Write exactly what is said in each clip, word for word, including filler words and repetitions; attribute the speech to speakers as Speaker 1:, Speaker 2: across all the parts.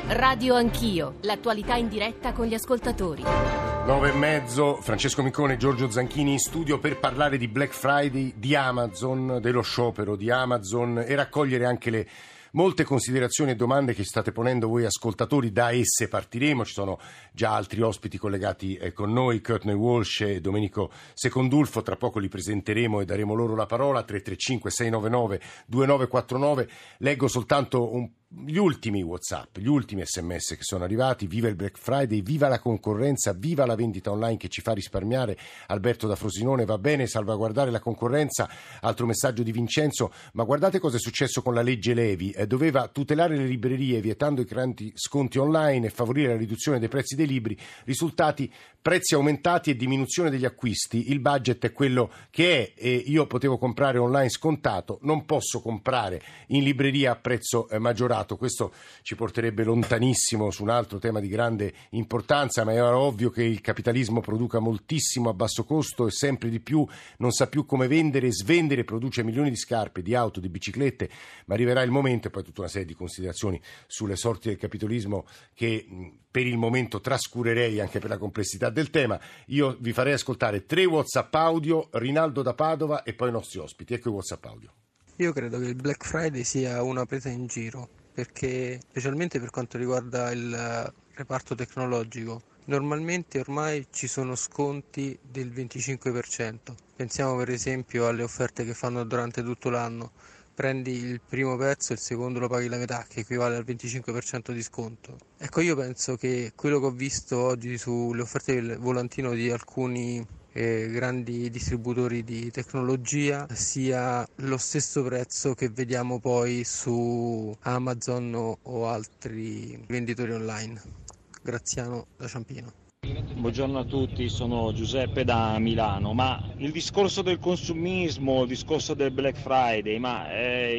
Speaker 1: Radio Anch'io, l'attualità in diretta con gli ascoltatori.
Speaker 2: Nove e mezzo, Francesco Micone e Giorgio Zanchini in studio per parlare di Black Friday, di Amazon, dello sciopero di Amazon e raccogliere anche le molte considerazioni e domande che state ponendo voi ascoltatori. Da esse partiremo, ci sono già altri ospiti collegati eh, con noi, Courtney Walsh e Domenico Secondulfo, tra poco li presenteremo e daremo loro la parola. Tre tre cinque sei nove nove due nove quattro nove. Leggo soltanto un gli ultimi WhatsApp, gli ultimi sms che sono arrivati. Viva il Black Friday, viva la concorrenza, viva la vendita online che ci fa risparmiare. Alberto da Frosinone: va bene salvaguardare la concorrenza. Altro messaggio di Vincenzo: ma guardate cosa è successo con la legge Levi, eh, doveva tutelare le librerie vietando i grandi sconti online e favorire la riduzione dei prezzi dei libri. Risultati: prezzi aumentati e diminuzione degli acquisti. Il budget è quello che è e io potevo comprare online scontato, non posso comprare in libreria a prezzo eh, maggiorato. Questo ci porterebbe lontanissimo su un altro tema di grande importanza, ma è ovvio che il capitalismo produca moltissimo a basso costo e sempre di più non sa più come vendere e svendere, produce milioni di scarpe, di auto, di biciclette, ma arriverà il momento, e poi tutta una serie di considerazioni sulle sorti del capitalismo che per il momento trascurerei anche per la complessità del tema. Io vi farei ascoltare tre WhatsApp audio, Rinaldo da Padova e poi i nostri ospiti. Ecco i WhatsApp audio.
Speaker 3: Io credo che il Black Friday sia una presa in giro, perché specialmente per quanto riguarda il reparto tecnologico, normalmente ormai ci sono sconti del venticinque per cento. Pensiamo per esempio alle offerte che fanno durante tutto l'anno. Prendi il primo pezzo e il secondo lo paghi la metà, che equivale al venticinque per cento di sconto. Ecco, io penso che quello che ho visto oggi sulle offerte del volantino di alcuni eh, grandi distributori di tecnologia sia lo stesso prezzo che vediamo poi su Amazon o, o altri venditori online. Graziano da Ciampino.
Speaker 4: Buongiorno a tutti, sono Giuseppe da Milano. Ma il discorso del consumismo, il discorso del Black Friday, ma eh,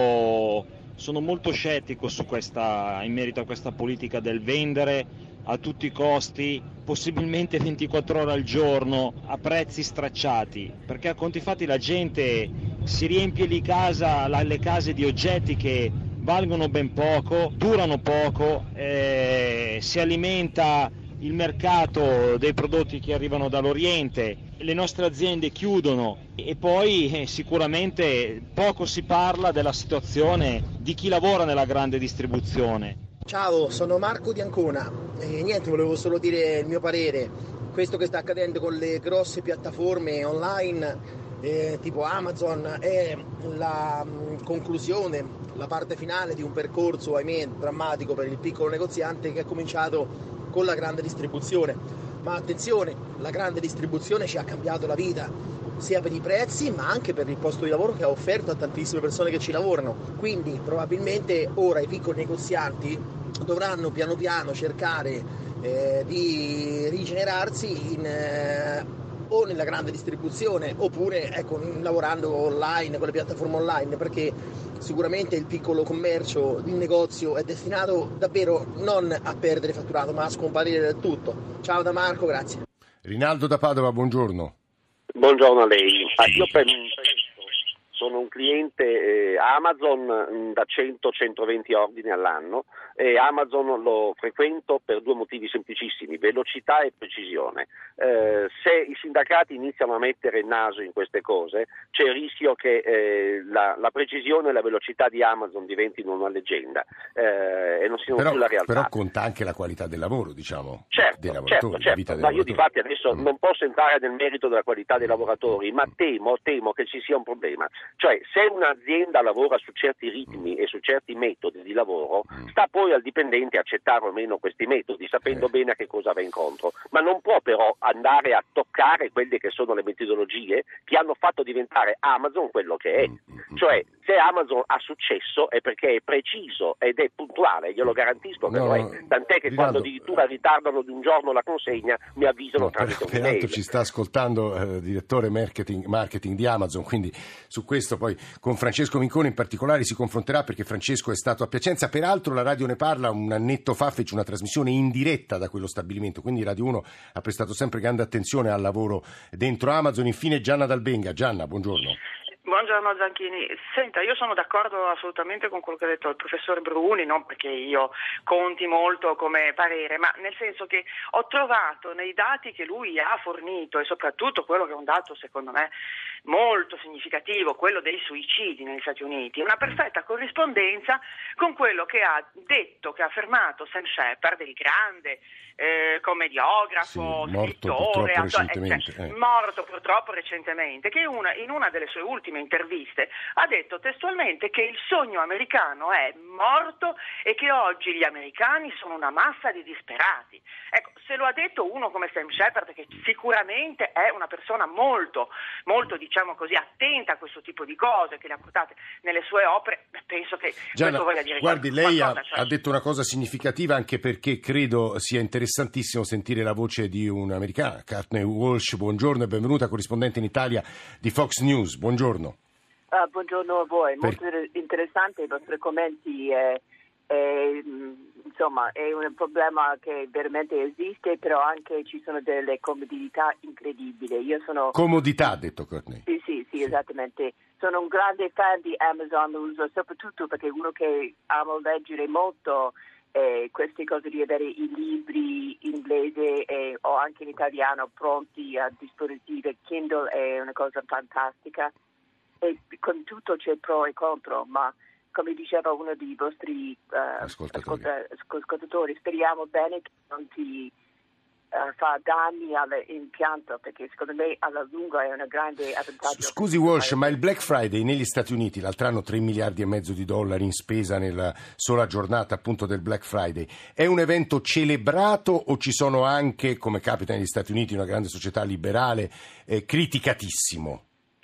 Speaker 4: io sono molto scettico su questa, in merito a questa politica del vendere a tutti i costi, possibilmente ventiquattro ore al giorno, a prezzi stracciati, perché a conti fatti la gente si riempie di casa, la, le case di oggetti che valgono ben poco, durano poco, eh, si alimenta il mercato dei prodotti che arrivano dall'Oriente, le nostre aziende chiudono e poi eh, sicuramente poco si parla della situazione di chi lavora nella grande distribuzione.
Speaker 5: Ciao, sono Marco di Ancona e niente, volevo solo dire il mio parere. Questo che sta accadendo con le grosse piattaforme online eh, tipo Amazon è la mh, conclusione, la parte finale di un percorso, ahimè, drammatico per il piccolo negoziante che è cominciato con la grande distribuzione. Ma attenzione, la grande distribuzione ci ha cambiato la vita, sia per i prezzi ma anche per il posto di lavoro che ha offerto a tantissime persone che ci lavorano. Quindi probabilmente ora i piccoli negozianti dovranno piano piano cercare eh, di rigenerarsi in, eh, o nella grande distribuzione oppure ecco, lavorando online con le piattaforme online, perché sicuramente il piccolo commercio, il negozio è destinato davvero non a perdere fatturato ma a scomparire del tutto. Ciao da Marco, grazie.
Speaker 2: Rinaldo da Padova, buongiorno.
Speaker 6: Buongiorno a lei. Ah, io penso, sono un cliente eh, Amazon mh, da cento centoventi ordini all'anno e Amazon lo frequento per due motivi semplicissimi: velocità e precisione. Eh, se i sindacati iniziano a mettere il naso in queste cose c'è il rischio che eh, la, la precisione e la velocità di Amazon diventino una leggenda eh, e non siano
Speaker 2: però,
Speaker 6: più la realtà.
Speaker 2: Però conta anche la qualità del lavoro, diciamo,
Speaker 6: certo,
Speaker 2: dei lavoratori,
Speaker 6: certo, certo.
Speaker 2: la vita dei
Speaker 6: Ma
Speaker 2: lavoratori.
Speaker 6: io difatti adesso mm. non posso entrare nel merito della qualità dei lavoratori, ma temo, temo che ci sia un problema. Cioè, se un'azienda lavora su certi ritmi mm. e su certi metodi di lavoro, mm. sta poi al dipendente accettare o meno questi metodi, sapendo eh. bene a che cosa va incontro, ma non può però andare a toccare quelle che sono le metodologie che hanno fatto diventare Amazon quello che è. Mm. Cioè, se Amazon ha successo è perché è preciso ed è puntuale, glielo garantisco che
Speaker 2: no,
Speaker 6: lo è, tant'è che
Speaker 2: Rinaldo,
Speaker 6: quando addirittura ritardano di un giorno la consegna mi avvisano
Speaker 2: no,
Speaker 6: tramite
Speaker 2: per,
Speaker 6: un
Speaker 2: peraltro
Speaker 6: email.
Speaker 2: ci sta ascoltando il eh, direttore marketing, marketing di Amazon, quindi su questo poi con Francesco Micone in particolare si confronterà, perché Francesco è stato a Piacenza. Peraltro la Radio ne parla, un annetto fa fece una trasmissione in diretta da quello stabilimento, quindi Radio uno ha prestato sempre grande attenzione al lavoro dentro Amazon. Infine Gianna Dalbenga. Gianna, buongiorno.
Speaker 7: Buongiorno Zanchini, senta, io sono d'accordo assolutamente con quello che ha detto il professor Bruni, non perché io conti molto come parere, ma nel senso che ho trovato nei dati che lui ha fornito, e soprattutto quello che è un dato secondo me molto significativo, quello dei suicidi negli Stati Uniti, una perfetta corrispondenza con quello che ha detto, che ha affermato Sam Shepard, il grande eh, commediografo,
Speaker 2: sì, morto
Speaker 7: scrittore,
Speaker 2: purtroppo
Speaker 7: atto-
Speaker 2: recentemente,
Speaker 7: eh, cioè,
Speaker 2: eh.
Speaker 7: morto purtroppo recentemente, che una, in una delle sue ultime interviste ha detto testualmente che il sogno americano è morto e che oggi gli americani sono una massa di disperati. Ecco, se lo ha detto uno come Sam Shepard, che sicuramente è una persona molto, molto diciamo così, attenta a questo tipo di cose, che le ha portate nelle sue opere, penso che
Speaker 2: Gianna,
Speaker 7: questo voglia dire
Speaker 2: guardi, lei ha,
Speaker 7: qualcosa. Cioè...
Speaker 2: ha detto una cosa significativa, anche perché credo sia interessantissimo sentire la voce di un'americana, Courtney Walsh. Buongiorno e benvenuta, corrispondente in Italia di Fox News. Buongiorno.
Speaker 8: Uh, buongiorno a voi,
Speaker 2: Per...
Speaker 8: molto interessante i vostri commenti. Eh, eh, insomma, è un problema che veramente esiste, però anche ci sono delle comodità incredibili. Io sono...
Speaker 2: Comodità, ha detto Courtney.
Speaker 8: Sì, sì, sì, sì, esattamente. Sono un grande fan di Amazon, lo uso soprattutto perché uno che ama leggere molto eh, queste cose di avere i libri in inglese eh, o anche in italiano pronti a disposizione. Kindle è una cosa fantastica. E con tutto c'è pro e contro, ma come diceva uno dei vostri uh,
Speaker 2: ascoltatori.
Speaker 8: Ascolta, ascoltatori, speriamo bene che non ti uh, fa danni all'impianto, perché secondo me alla lunga è una grande avvantaggio.
Speaker 2: Scusi Walsh, ma il Black Friday negli Stati Uniti, l'altro anno tre miliardi e mezzo di dollari in spesa nella sola giornata appunto del Black Friday, è un evento celebrato o ci sono anche, come capita negli Stati Uniti, una grande società liberale, eh, criticatissimo?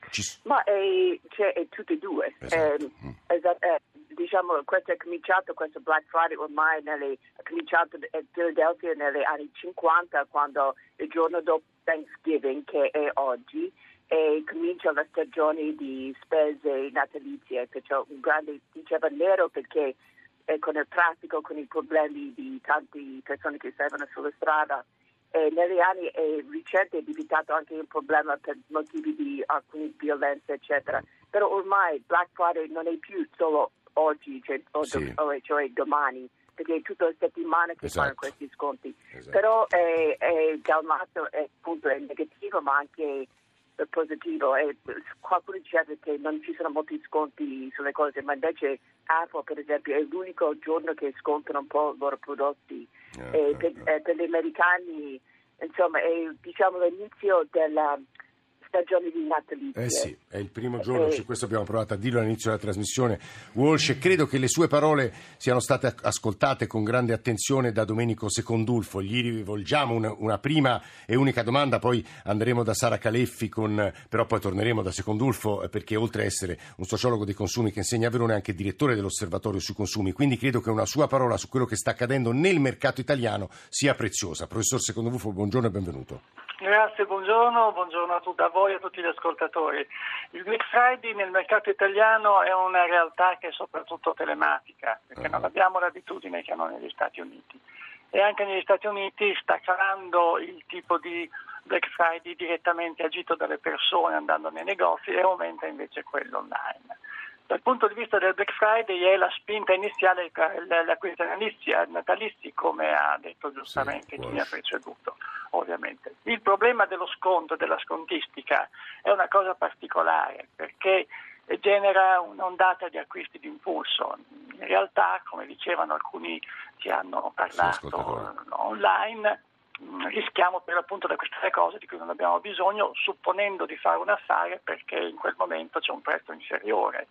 Speaker 8: Ma è, cioè, è tutti e due.
Speaker 2: Esatto.
Speaker 8: Eh, esatto, eh, diciamo, questo è cominciato, questo Black Friday ormai nelle, è cominciato a Philadelphia negli anni cinquanta, quando il giorno dopo Thanksgiving, che è oggi, e comincia la stagione di spese natalizie, perciò un grande, diceva nero perché eh, con il traffico, con i problemi di tante persone che stavano sulla strada, e negli anni eh, recenti è diventato anche un problema per motivi di alcune violenze, eccetera. Però ormai Black Friday non è più solo oggi, cioè, o,
Speaker 2: sì.
Speaker 8: do, cioè domani, perché è tutta la settimana che
Speaker 2: esatto.
Speaker 8: fanno questi sconti.
Speaker 2: Esatto.
Speaker 8: Però è, è, da un lato è, appunto, è negativo, ma anche è positivo. E qualcuno diceva che non ci sono molti sconti sulle cose, ma invece Apple, per esempio, è l'unico giorno che scontano un po' i loro prodotti.
Speaker 2: Eh,
Speaker 8: e per, eh, per gli americani, insomma, è diciamo l'inizio della stagione di natalizia.
Speaker 2: Eh sì, è il primo giorno,
Speaker 8: eh,
Speaker 2: su questo abbiamo provato a dirlo all'inizio della trasmissione. Walsh, credo che le sue parole siano state ascoltate con grande attenzione da Domenico Secondulfo. Gli rivolgiamo una, una prima e unica domanda, poi andremo da Sara Caleffi, con, però poi torneremo da Secondulfo, perché oltre a essere un sociologo dei consumi che insegna a Verona è anche direttore dell'Osservatorio sui consumi, quindi credo che una sua parola su quello che sta accadendo nel mercato italiano sia preziosa. Professor Secondulfo, buongiorno e benvenuto.
Speaker 9: Grazie, buongiorno, buongiorno a, tutti, a voi e a tutti gli ascoltatori. Il Black Friday nel mercato italiano è una realtà che è soprattutto telematica, perché non abbiamo l'abitudine che hanno negli Stati Uniti. E anche negli Stati Uniti sta calando il tipo di Black Friday direttamente agito dalle persone andando nei negozi e aumenta invece quello online. Dal punto di vista del Black Friday è la spinta iniziale l'acquisto natalizi, come ha detto giustamente chi mi ha preceduto, ovviamente. Il problema dello sconto, della scontistica, è una cosa particolare perché genera un'ondata di acquisti d'impulso. In realtà, come dicevano alcuni che hanno parlato online, rischiamo per l'appunto da queste cose di cui non abbiamo bisogno, supponendo di fare un affare perché in quel momento c'è un prezzo inferiore.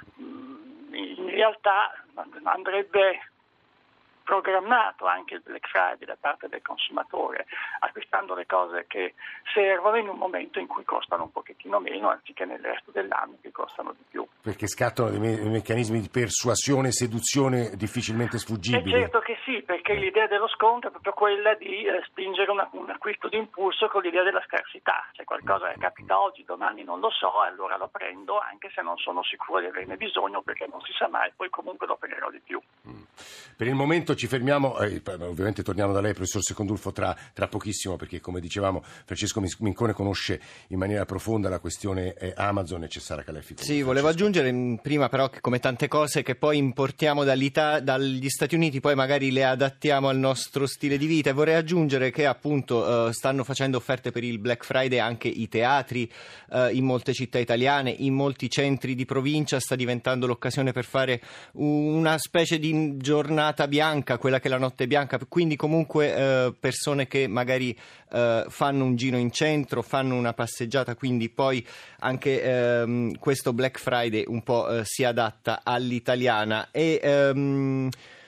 Speaker 9: In realtà andrebbe programmato anche il Black Friday da parte del consumatore, acquistando le cose che servono in un momento in cui costano un pochettino meno, anziché nel resto dell'anno che costano di più.
Speaker 2: Perché scattano dei, me- dei meccanismi di persuasione e seduzione difficilmente sfuggibili.
Speaker 9: E certo che sì, perché l'idea dello sconto è proprio quella di eh, spingere una, un acquisto di impulso con l'idea della scarsità. Se qualcosa che capita oggi, domani non lo so, allora lo prendo, anche se non sono sicuro di averne bisogno, perché non si sa mai, poi comunque lo pagherò di più.
Speaker 2: Mm. Per il momento ci fermiamo, eh, ovviamente torniamo da lei, professor Secondulfo, tra, tra pochissimo, perché come dicevamo Francesco Mincone conosce in maniera profonda la questione eh, Amazon e c'è Sara Caleffi.
Speaker 10: Sì, volevo aggiungere prima però che come tante cose che poi importiamo dagli Stati Uniti poi magari le adattiamo al nostro stile di vita, e vorrei aggiungere che appunto eh, stanno facendo offerte per il Black Friday anche i teatri eh, in molte città italiane, in molti centri di provincia sta diventando l'occasione per fare una specie di giornata bianca, quella che è la notte bianca, quindi comunque eh, persone che magari eh, fanno un giro in centro, fanno una passeggiata, quindi poi anche ehm, questo Black Friday un po' eh, si adatta all'italiana. E ehm,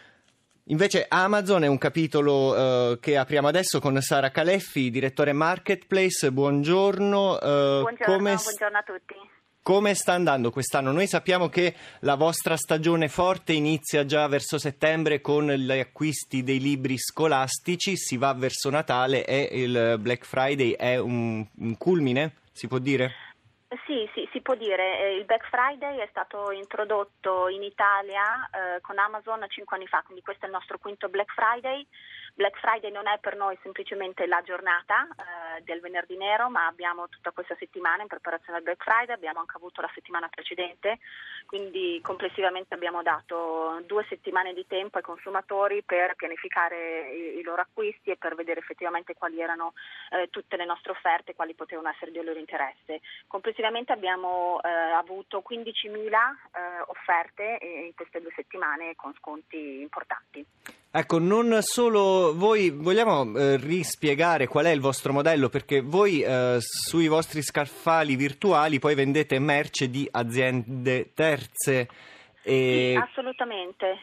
Speaker 10: invece Amazon è un capitolo eh, che apriamo adesso con Sara Caleffi, direttore Marketplace. Buongiorno. Eh,
Speaker 11: buongiorno,
Speaker 10: come...
Speaker 11: buongiorno a tutti.
Speaker 10: Come sta andando quest'anno? Noi sappiamo che la vostra stagione forte inizia già verso settembre con gli acquisti dei libri scolastici, si va verso Natale e il Black Friday è un, un culmine, si può dire?
Speaker 11: Sì, sì, si può dire. Il Black Friday è stato introdotto in Italia eh, con Amazon cinque anni fa, quindi questo è il nostro quinto Black Friday. Black Friday non è per noi semplicemente la giornata eh, del venerdì nero, ma abbiamo tutta questa settimana in preparazione al Black Friday, abbiamo anche avuto la settimana precedente, quindi complessivamente abbiamo dato due settimane di tempo ai consumatori per pianificare i, i loro acquisti e per vedere effettivamente quali erano eh, tutte le nostre offerte, quali potevano essere di loro interesse. Complessivamente abbiamo eh, avuto quindicimila eh, offerte in queste due settimane con sconti importanti.
Speaker 10: Ecco, non solo voi, vogliamo eh, rispiegare qual è il vostro modello, perché voi eh, sui vostri scaffali virtuali poi vendete merce di aziende terze. E...
Speaker 11: Sì, assolutamente.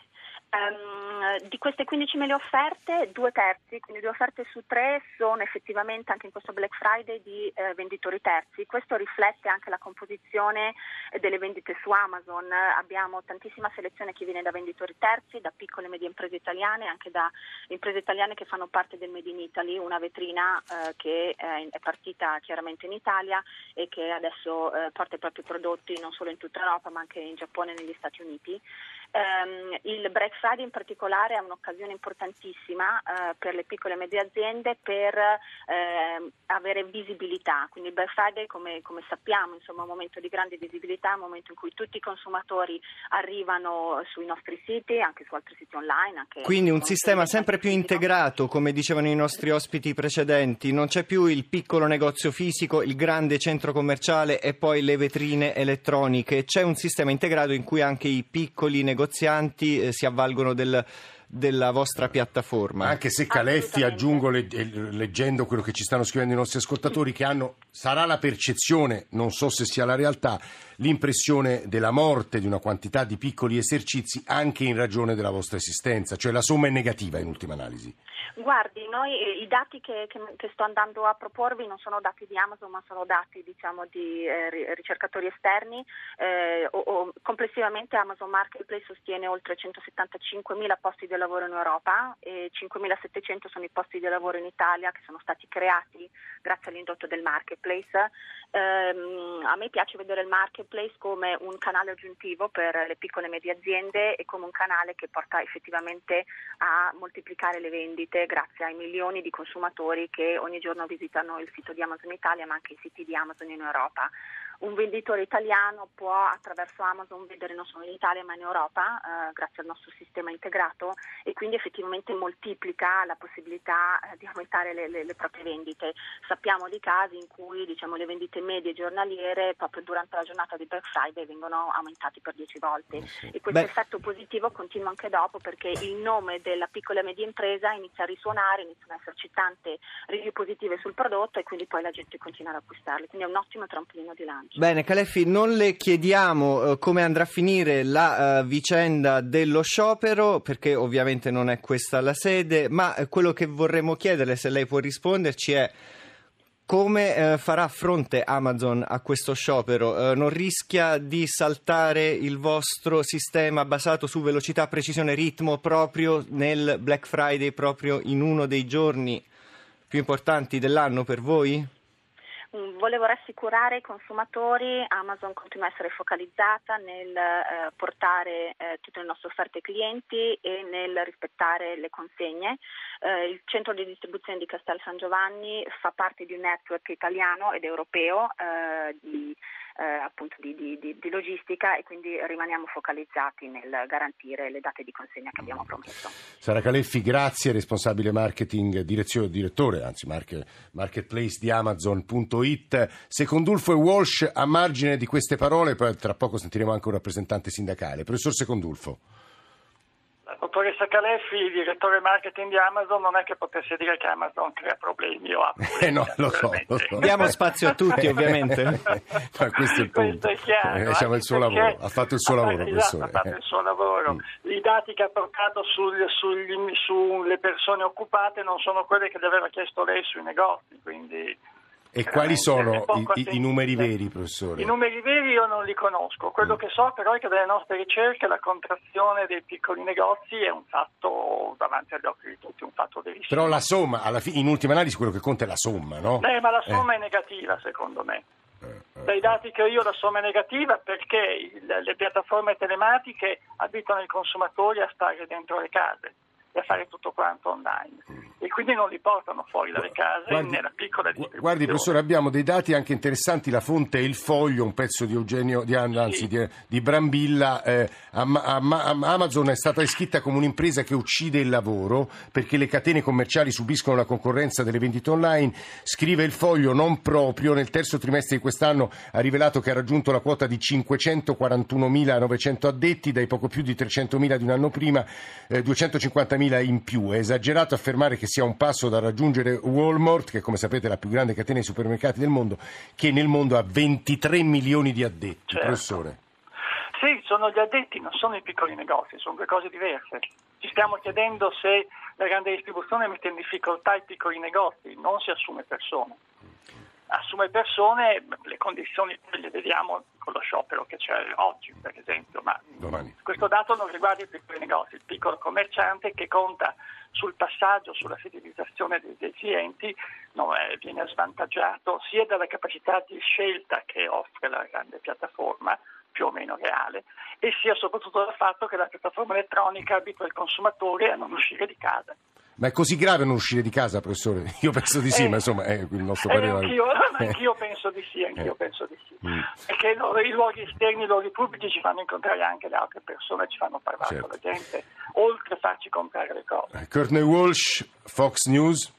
Speaker 11: Um, di queste quindicimila offerte, due terzi, quindi due offerte su tre sono effettivamente anche in questo Black Friday di eh, venditori terzi. Questo riflette anche la composizione eh, delle vendite su Amazon. Abbiamo tantissima selezione che viene da venditori terzi, da piccole e medie imprese italiane, anche da imprese italiane che fanno parte del Made in Italy, una vetrina eh, che eh, è partita chiaramente in Italia e che adesso eh, porta i propri prodotti non solo in tutta Europa ma anche in Giappone e negli Stati Uniti. Um, il Black Friday in particolare è un'occasione importantissima uh, per le piccole e medie aziende per uh, avere visibilità, quindi il Black Friday come, come sappiamo insomma è un momento di grande visibilità, un momento in cui tutti i consumatori arrivano sui nostri siti, anche su altri siti online. Anche
Speaker 10: quindi un sistema sempre più integrato, come dicevano i nostri ospiti precedenti, non c'è più il piccolo negozio fisico, il grande centro commerciale e poi le vetrine elettroniche, c'è un sistema integrato in cui anche i piccoli negozi negozianti eh, si avvalgono del, della vostra piattaforma.
Speaker 2: Anche se Caleffi, aggiungo le, leggendo quello che ci stanno scrivendo i nostri ascoltatori, che hanno, sarà la percezione, non so se sia la realtà, l'impressione della morte di una quantità di piccoli esercizi anche in ragione della vostra esistenza, cioè la somma è negativa in ultima analisi.
Speaker 11: Guardi, noi i dati che, che, che sto andando a proporvi non sono dati di Amazon, ma sono dati diciamo di eh, ricercatori esterni. Eh, o, o, complessivamente Amazon Marketplace sostiene oltre centosettantacinquemila posti di lavoro in Europa e cinquemilasettecento sono i posti di lavoro in Italia che sono stati creati grazie all'indotto del Marketplace. Eh, a me piace vedere il Marketplace come un canale aggiuntivo per le piccole e medie aziende e come un canale che porta effettivamente a moltiplicare le vendite grazie ai milioni di consumatori che ogni giorno visitano il sito di Amazon Italia ma anche i siti di Amazon in Europa. Un venditore italiano può attraverso Amazon vendere non solo in Italia ma in Europa eh, grazie al nostro sistema integrato e quindi effettivamente moltiplica la possibilità eh, di aumentare le, le, le proprie vendite. Sappiamo di casi in cui diciamo, le vendite medie giornaliere proprio durante la giornata di Black Friday vengono aumentate per dieci volte e questo Beh. effetto positivo continua anche dopo perché il nome della piccola e media impresa inizia a risuonare, iniziano ad esserci tante review positive sul prodotto e quindi poi la gente continua ad acquistarli, quindi è un ottimo trampolino di lancio.
Speaker 10: Bene, Caleffi, non le chiediamo uh, come andrà a finire la uh, vicenda dello sciopero, perché ovviamente non è questa la sede, ma uh, quello che vorremmo chiederle, se lei può risponderci, è come uh, farà fronte Amazon a questo sciopero? Uh, non rischia di saltare il vostro sistema basato su velocità, precisione, ritmo proprio nel Black Friday, proprio in uno dei giorni più importanti dell'anno per voi?
Speaker 11: um, volevo rassicurare i consumatori. Amazon continua a essere focalizzata nel eh, portare eh, tutte le nostre offerte ai clienti e nel rispettare le consegne. Eh, il centro di distribuzione di Castel San Giovanni fa parte di un network italiano ed europeo eh, di Eh, appunto di, di, di, di logistica, e quindi rimaniamo focalizzati nel garantire le date di consegna che abbiamo promesso.
Speaker 2: Sara Caleffi, grazie, responsabile marketing, direzione, direttore, anzi market, marketplace di Amazon punto it. Secondulfo e Walsh, a margine di queste parole, poi tra poco sentiremo anche un rappresentante sindacale. Professor Secondulfo.
Speaker 9: La dottoressa Caleffi, direttore marketing di Amazon, non è che potesse dire che Amazon crea problemi o ha problemi.
Speaker 2: Eh no, lo so, lo so.
Speaker 10: Diamo spazio a tutti, ovviamente.
Speaker 2: Ma questo è il punto.
Speaker 9: Questo è chiaro,
Speaker 2: eh, diciamo il suo lavoro, ha fatto il suo lavoro,
Speaker 9: esatto,
Speaker 2: professore.
Speaker 9: ha fatto il suo lavoro. Mm. I dati che ha portato sul, sugli, sulle persone occupate non sono quelli che le aveva chiesto lei sui negozi, quindi...
Speaker 2: E quali sono i, i, i numeri veri, professore?
Speaker 9: I numeri veri io non li conosco, quello che so però è che dalle nostre ricerche la contrazione dei piccoli negozi è un fatto davanti agli occhi di tutti, un fatto verissimo.
Speaker 2: Però la somma, alla fi- in ultima analisi quello che conta è la somma, no?
Speaker 9: Eh, ma la somma
Speaker 2: eh.
Speaker 9: è negativa secondo me. Dai dati che ho io la somma è negativa perché le, le piattaforme telematiche abituano i consumatori a stare dentro le case e a fare tutto quanto online e quindi non li portano fuori dalle case guardi, nella piccola distribuzione.
Speaker 2: Guardi professore, abbiamo dei dati anche interessanti, la fonte è Il Foglio, un pezzo di Eugenio di, anzi, sì. di, di Brambilla. eh, a, a, a, Amazon è stata descritta come un'impresa che uccide il lavoro perché le catene commerciali subiscono la concorrenza delle vendite online. Scrive Il Foglio, non proprio, nel terzo trimestre di quest'anno ha rivelato che ha raggiunto la quota di cinquecentoquarantunomilanovecento addetti dai poco più di trecentomila di un anno prima, eh, duecentocinquantamila in più. È esagerato affermare che sia un passo da raggiungere Walmart, che come sapete è la più grande catena di supermercati del mondo, che nel mondo ha ventitré milioni di addetti.
Speaker 9: Certo.
Speaker 2: Professore.
Speaker 9: Sì, sono gli addetti, non sono i piccoli negozi, sono due cose diverse. Ci stiamo chiedendo se la grande distribuzione mette in difficoltà i piccoli negozi, non si assume persone. Assume persone, le condizioni le vediamo con lo sciopero che c'è oggi, per esempio, ma
Speaker 2: Domani.
Speaker 9: Questo dato non riguarda i piccoli negozi, il piccolo commerciante che conta sul passaggio, sulla fidelizzazione dei, dei clienti, no, eh, viene svantaggiato sia dalla capacità di scelta che offre la grande piattaforma, più o meno reale, e sia soprattutto dal fatto che la piattaforma elettronica abitua il consumatore a non uscire di casa.
Speaker 2: Ma è così grave non uscire di casa, professore? Io penso di sì, eh, ma insomma è il nostro
Speaker 9: eh,
Speaker 2: parere.
Speaker 9: Anch'io, anch'io penso di sì, anch'io eh. penso di sì. Mm. Perché no, i luoghi esterni, i luoghi pubblici ci fanno incontrare anche le altre persone, ci fanno parlare certo. con la gente, oltre a farci comprare le cose.
Speaker 2: Courtney Walsh, Fox News.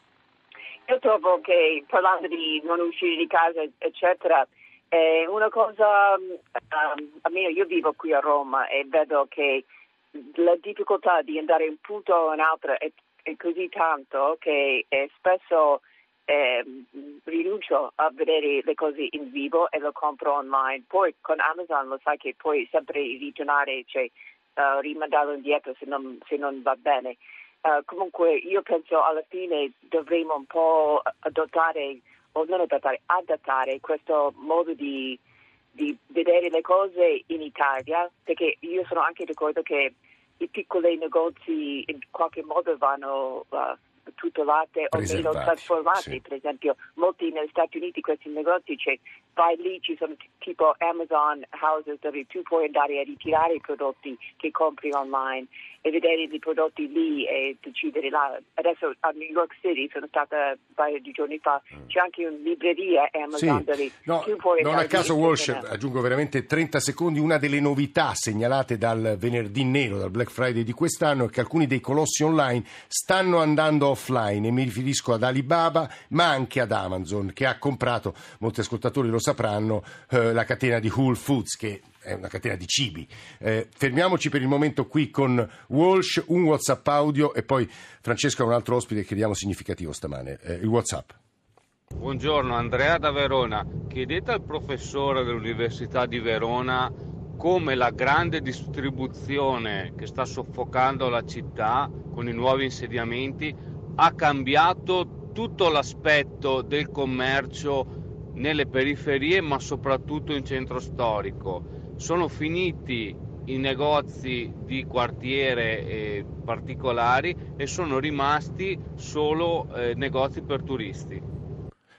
Speaker 8: Io trovo che, parlando di non uscire di casa, eccetera, è una cosa, um, almeno io vivo qui a Roma e vedo che la difficoltà di andare in un punto o un altro è è così tanto che eh, spesso eh, rinuncio a vedere le cose in vivo e lo compro online. Poi con Amazon lo sai che puoi sempre ritornare, cioè uh, rimandarlo indietro se non, se non va bene. Uh, comunque io penso alla fine dovremo un po' adottare, o non adottare, adattare questo modo di, di vedere le cose in Italia, perché io sono anche d'accordo che i piccoli negozi in qualche modo vanno uh, tutelati o meno trasformati. Sì. Per esempio, molti negli Stati Uniti questi negozi, cioè, vai lì, ci sono t- tipo Amazon houses dove tu puoi andare a ritirare i prodotti che compri online e vedere i prodotti lì e decidere là. Adesso a New York City, sono stata un paio di giorni fa, c'è anche una libreria Amazon sì. dove
Speaker 2: no,
Speaker 9: tu puoi
Speaker 2: non a caso Walsh,
Speaker 9: ne...
Speaker 2: aggiungo veramente trenta secondi, una delle novità segnalate dal venerdì nero, dal Black Friday di quest'anno, è che alcuni dei colossi online stanno andando offline, e mi riferisco ad Alibaba ma anche ad Amazon, che ha comprato, molti ascoltatori lo sapranno, eh, la catena di Whole Foods, che è una catena di cibi. Eh, fermiamoci per il momento qui con Walsh, un WhatsApp audio, e poi Francesco ha un altro ospite che crediamo significativo stamane, eh, il WhatsApp.
Speaker 12: Buongiorno, Andrea da Verona. Chiedete al professore dell'Università di Verona come la grande distribuzione che sta soffocando la città con i nuovi insediamenti ha cambiato tutto l'aspetto del commercio nelle periferie, ma soprattutto in centro storico. Sono finiti i negozi di quartiere eh, particolari e sono rimasti solo eh, negozi per turisti.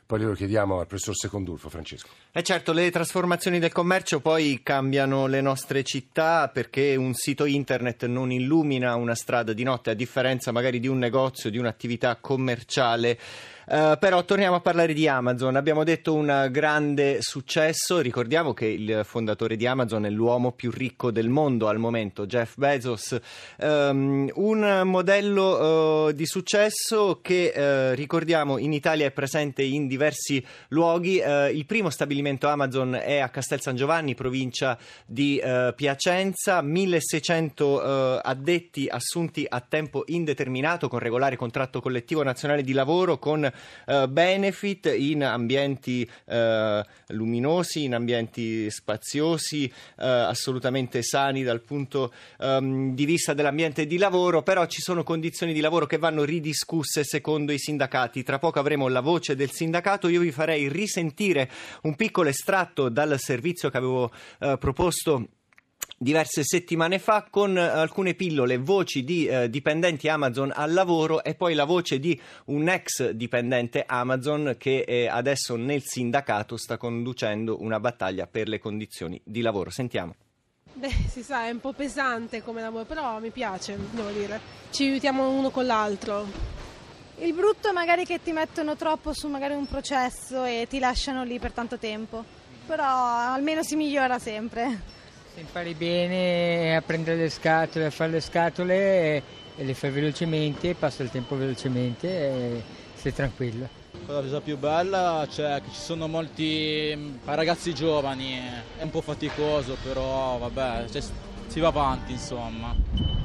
Speaker 2: Poi lo chiediamo al professor Secondulfo. Francesco.
Speaker 10: Eh certo, le trasformazioni del commercio poi cambiano le nostre città, perché un sito internet non illumina una strada di notte, a differenza magari di un negozio, di un'attività commerciale. Uh, però torniamo a parlare di Amazon. Abbiamo detto un grande successo. Ricordiamo che il fondatore di Amazon è l'uomo più ricco del mondo al momento, Jeff Bezos. Um, un modello uh, di successo che uh, ricordiamo in Italia è presente in diversi luoghi. Uh, il primo stabilimento Amazon è a Castel San Giovanni, provincia di uh, Piacenza. milleseicento uh, addetti assunti a tempo indeterminato con regolare contratto collettivo nazionale di lavoro, con Uh, benefit in ambienti uh, luminosi, in ambienti spaziosi, uh, assolutamente sani dal punto um, di vista dell'ambiente di lavoro. Però ci sono condizioni di lavoro che vanno ridiscusse secondo i sindacati. Tra poco avremo la voce del sindacato. Io vi farei risentire un piccolo estratto dal servizio che avevo uh, proposto diverse settimane fa, con alcune pillole, voci di eh, dipendenti Amazon al lavoro e poi la voce di un ex dipendente Amazon che eh, adesso nel sindacato sta conducendo una battaglia per le condizioni di lavoro. Sentiamo.
Speaker 13: Beh, si sa, è un po' pesante come lavoro, però mi piace, devo dire. Ci aiutiamo uno con l'altro.
Speaker 14: Il brutto è magari che ti mettono troppo su magari un processo e ti lasciano lì per tanto tempo, però almeno si migliora sempre.
Speaker 15: Se impari bene a prendere le scatole, a fare le scatole e, e le fai velocemente, passa il tempo velocemente e sei tranquillo.
Speaker 16: La cosa più bella, cioè, che ci sono molti ragazzi giovani, è un po' faticoso, però vabbè, cioè, si va avanti insomma.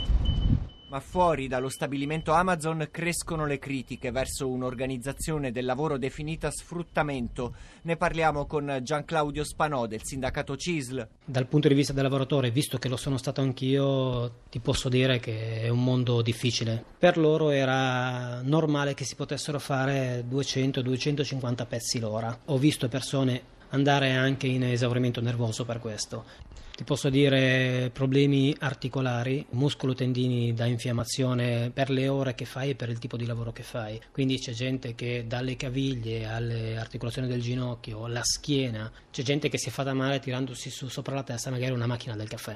Speaker 10: Ma fuori dallo stabilimento Amazon crescono le critiche verso un'organizzazione del lavoro definita sfruttamento. Ne parliamo con Gianclaudio Spanò del sindacato C I S L.
Speaker 17: Dal punto di vista del lavoratore, visto che lo sono stato anch'io, ti posso dire che è un mondo difficile. Per loro era normale che si potessero fare duecento duecentocinquanta pezzi l'ora. Ho visto persone andare anche in esaurimento nervoso per questo. Ti posso dire problemi articolari, muscolo-tendini da infiammazione per le ore che fai e per il tipo di lavoro che fai. Quindi c'è gente che dalle caviglie alle articolazioni del ginocchio, la schiena, c'è gente che si è fatta male tirandosi su sopra la testa magari una macchina del caffè.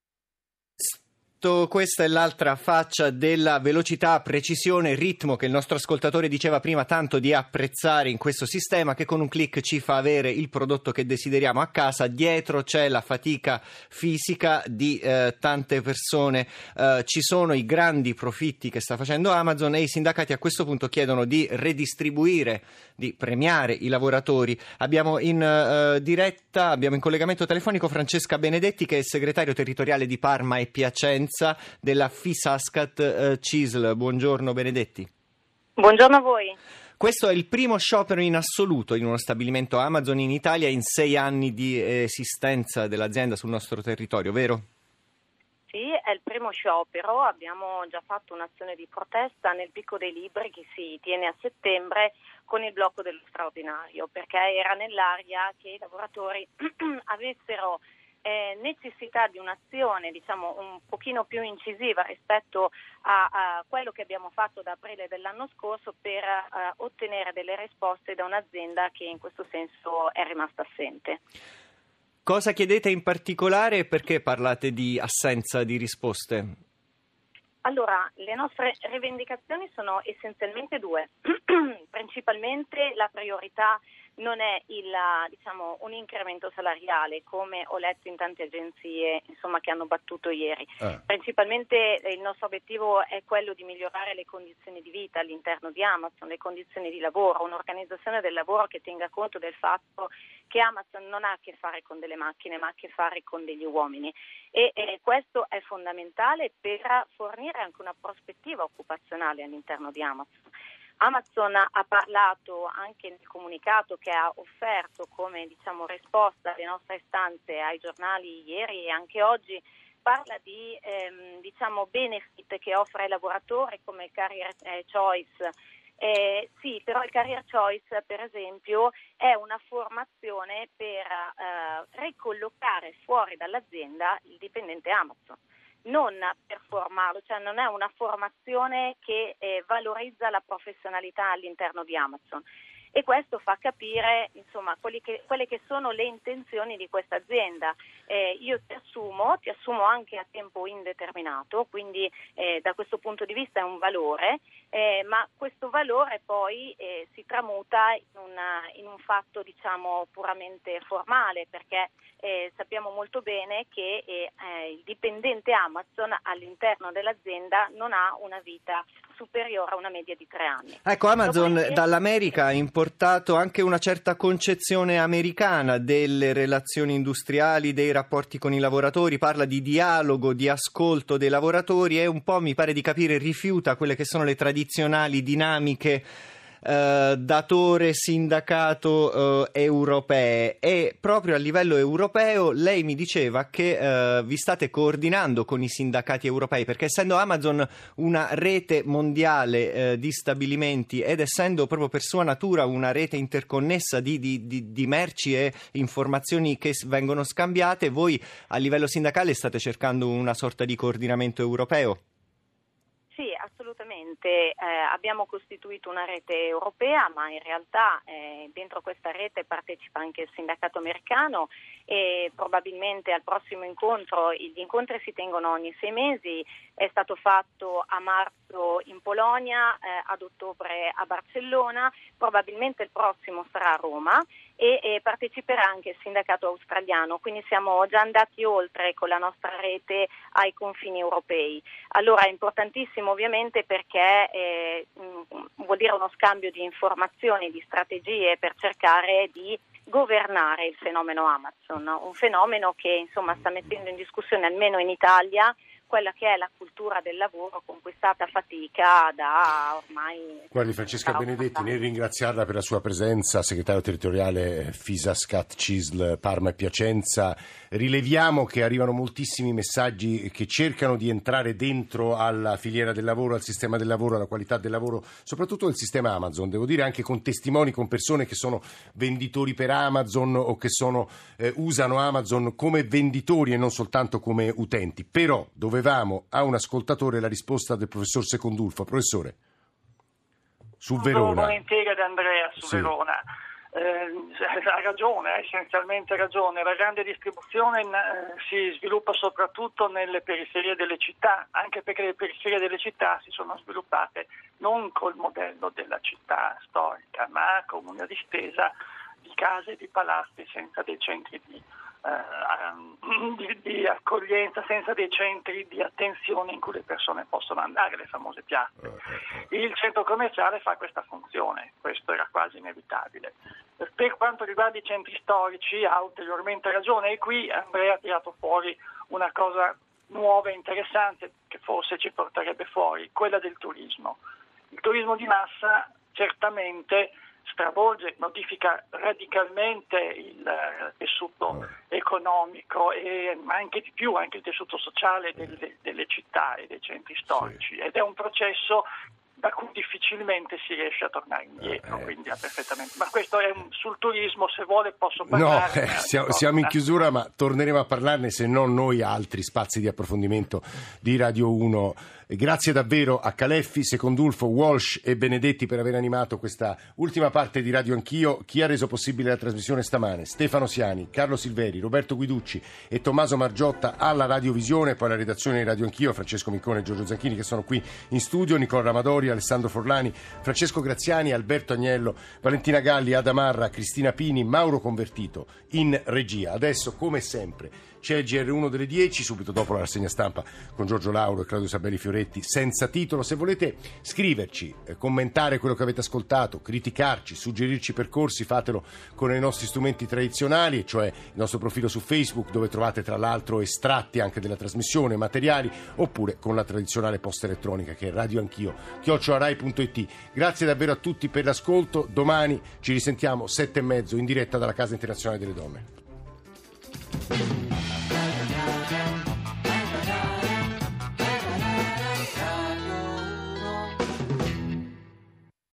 Speaker 10: Questa è l'altra faccia della velocità, precisione, ritmo che il nostro ascoltatore diceva prima tanto di apprezzare in questo sistema, che con un click ci fa avere il prodotto che desideriamo a casa. Dietro c'è la fatica fisica di eh, tante persone, eh, ci sono i grandi profitti che sta facendo Amazon e i sindacati a questo punto chiedono di redistribuire, di premiare i lavoratori. Abbiamo in eh, diretta, abbiamo in collegamento telefonico Francesca Benedetti, che è segretario territoriale di Parma e Piacenza della Fisascat eh, C I S L. Buongiorno Benedetti.
Speaker 11: Buongiorno a voi.
Speaker 10: Questo è il primo sciopero in assoluto in uno stabilimento Amazon in Italia in sei anni di esistenza dell'azienda sul nostro territorio, vero?
Speaker 11: Sì, è il primo sciopero. Abbiamo già fatto un'azione di protesta nel Picco dei Libri che si tiene a settembre con il blocco dello straordinario, perché era nell'aria che i lavoratori avessero Eh, necessità di un'azione diciamo un pochino più incisiva rispetto a, a quello che abbiamo fatto da aprile dell'anno scorso per uh, ottenere delle risposte da un'azienda che in questo senso è rimasta assente.
Speaker 10: Cosa chiedete in particolare e perché parlate di assenza di risposte?
Speaker 11: Allora, le nostre rivendicazioni sono essenzialmente due. Principalmente la priorità non è il, diciamo, un incremento salariale, come ho letto in tante agenzie insomma, che hanno battuto ieri. Eh. Principalmente il nostro obiettivo è quello di migliorare le condizioni di vita all'interno di Amazon, le condizioni di lavoro, un'organizzazione del lavoro che tenga conto del fatto che Amazon non ha a che fare con delle macchine, ma ha a che fare con degli uomini. E, e questo è fondamentale per fornire anche una prospettiva occupazionale all'interno di Amazon. Amazon ha parlato anche nel comunicato che ha offerto come diciamo, risposta alle nostre istanze ai giornali ieri e anche oggi, parla di ehm, diciamo, benefit che offre ai lavoratori come il Career Choice. Eh, sì, però il Career Choice per esempio è una formazione per eh, ricollocare fuori dall'azienda il dipendente Amazon. Non per formarlo, cioè non è una formazione che eh, valorizza la professionalità all'interno di Amazon. e questo fa capire insomma quelli che, quelle che sono le intenzioni di questa azienda. Eh, io ti assumo, ti assumo anche a tempo indeterminato, quindi eh, da questo punto di vista è un valore, eh, ma questo valore poi eh, si tramuta in, una, in un fatto diciamo puramente formale, perché eh, sappiamo molto bene che eh, il dipendente Amazon all'interno dell'azienda non ha una vita superiore a una media di tre anni.
Speaker 10: Ecco, Amazon
Speaker 11: Dopodiché...
Speaker 10: dall'America ha importato anche una certa concezione americana delle relazioni industriali, dei rapporti con i lavoratori, parla di dialogo, di ascolto dei lavoratori e un po', mi pare di capire, rifiuta quelle che sono le tradizionali dinamiche Uh, datore sindacato uh, europee. E proprio a livello europeo lei mi diceva che uh, vi state coordinando con i sindacati europei, perché essendo Amazon una rete mondiale uh, di stabilimenti ed essendo proprio per sua natura una rete interconnessa di, di, di, di merci e informazioni che vengono scambiate, voi a livello sindacale state cercando una sorta di coordinamento europeo?
Speaker 11: Sì, assolutamente. Eh, abbiamo costituito una rete europea, ma in realtà eh, dentro questa rete partecipa anche il sindacato americano e probabilmente al prossimo incontro, gli incontri si tengono ogni sei mesi, è stato fatto a marzo in Polonia, eh, ad ottobre a Barcellona, probabilmente il prossimo sarà a Roma e, e parteciperà anche il sindacato australiano, quindi siamo già andati oltre con la nostra rete ai confini europei. Allora è importantissimo ovviamente perché eh, mh, vuol dire uno scambio di informazioni, di strategie per cercare di governare il fenomeno Amazon, un fenomeno che insomma sta mettendo in discussione almeno in Italia quella che è la cultura del lavoro conquistata a fatica da ormai...
Speaker 2: Guardi Francesca Benedetti, nel ringraziarla per la sua presenza, segretario territoriale Fisascat, C I S L, Parma e Piacenza, rileviamo che arrivano moltissimi messaggi che cercano di entrare dentro alla filiera del lavoro, al sistema del lavoro, alla qualità del lavoro, soprattutto del sistema Amazon, devo dire anche con testimoni, con persone che sono venditori per Amazon o che sono, eh, usano Amazon come venditori e non soltanto come utenti, però dove Avevamo a un ascoltatore la risposta del professor Secondulfo. Professore, su Verona.
Speaker 9: Volentieri ad Andrea su
Speaker 2: sì.
Speaker 9: Verona. Eh, ha ragione, ha essenzialmente ragione. La grande distribuzione eh, si sviluppa soprattutto nelle periferie delle città, anche perché le periferie delle città si sono sviluppate non col modello della città storica, ma con una distesa di case e di palazzi senza dei centri di Uh, di, di accoglienza, senza dei centri di attenzione in cui le persone possono andare, le famose piazze. Il centro commerciale fa questa funzione, questo era quasi inevitabile. Per quanto riguarda i centri storici ha ulteriormente ragione e qui Andrea ha tirato fuori una cosa nuova e interessante che forse ci porterebbe fuori, quella del turismo. Il turismo di massa certamente stravolge, modifica radicalmente il uh, tessuto economico e ma anche di più, anche il tessuto sociale delle, delle città e dei centri storici, ed è un processo da cui difficilmente si riesce a tornare indietro, eh, quindi ha perfettamente. Ma questo è un, sul turismo, se vuole posso parlare.
Speaker 2: No, eh, siamo, siamo in chiusura, ma torneremo a parlarne, se non noi altri spazi di approfondimento di Radio uno. Grazie davvero a Caleffi, Secondulfo, Walsh e Benedetti per aver animato questa ultima parte di Radio Anch'io. Chi ha reso possibile la trasmissione stamane? Stefano Siani, Carlo Silveri, Roberto Guiducci e Tommaso Margiotta alla radiovisione, poi alla redazione di Radio Anch'io, Francesco Miccone e Giorgio Zanchini che sono qui in studio, Nicola Ramadori, Alessandro Forlani, Francesco Graziani, Alberto Agnello, Valentina Galli, Ada Marra, Cristina Pini, Mauro Convertito in regia. Adesso, come sempre, c'è il G R uno delle dieci, subito dopo la rassegna stampa con Giorgio Lauro e Claudio Sabelli Fioretti senza titolo. Se volete scriverci, eh, commentare quello che avete ascoltato, criticarci, suggerirci percorsi, fatelo con i nostri strumenti tradizionali, cioè il nostro profilo su Facebook, dove trovate tra l'altro estratti anche della trasmissione, materiali, oppure con la tradizionale posta elettronica che è radioanchio chiocciola rai punto it. Grazie davvero a tutti per l'ascolto. Domani ci risentiamo sette e mezzo in diretta dalla Casa Internazionale delle Donne.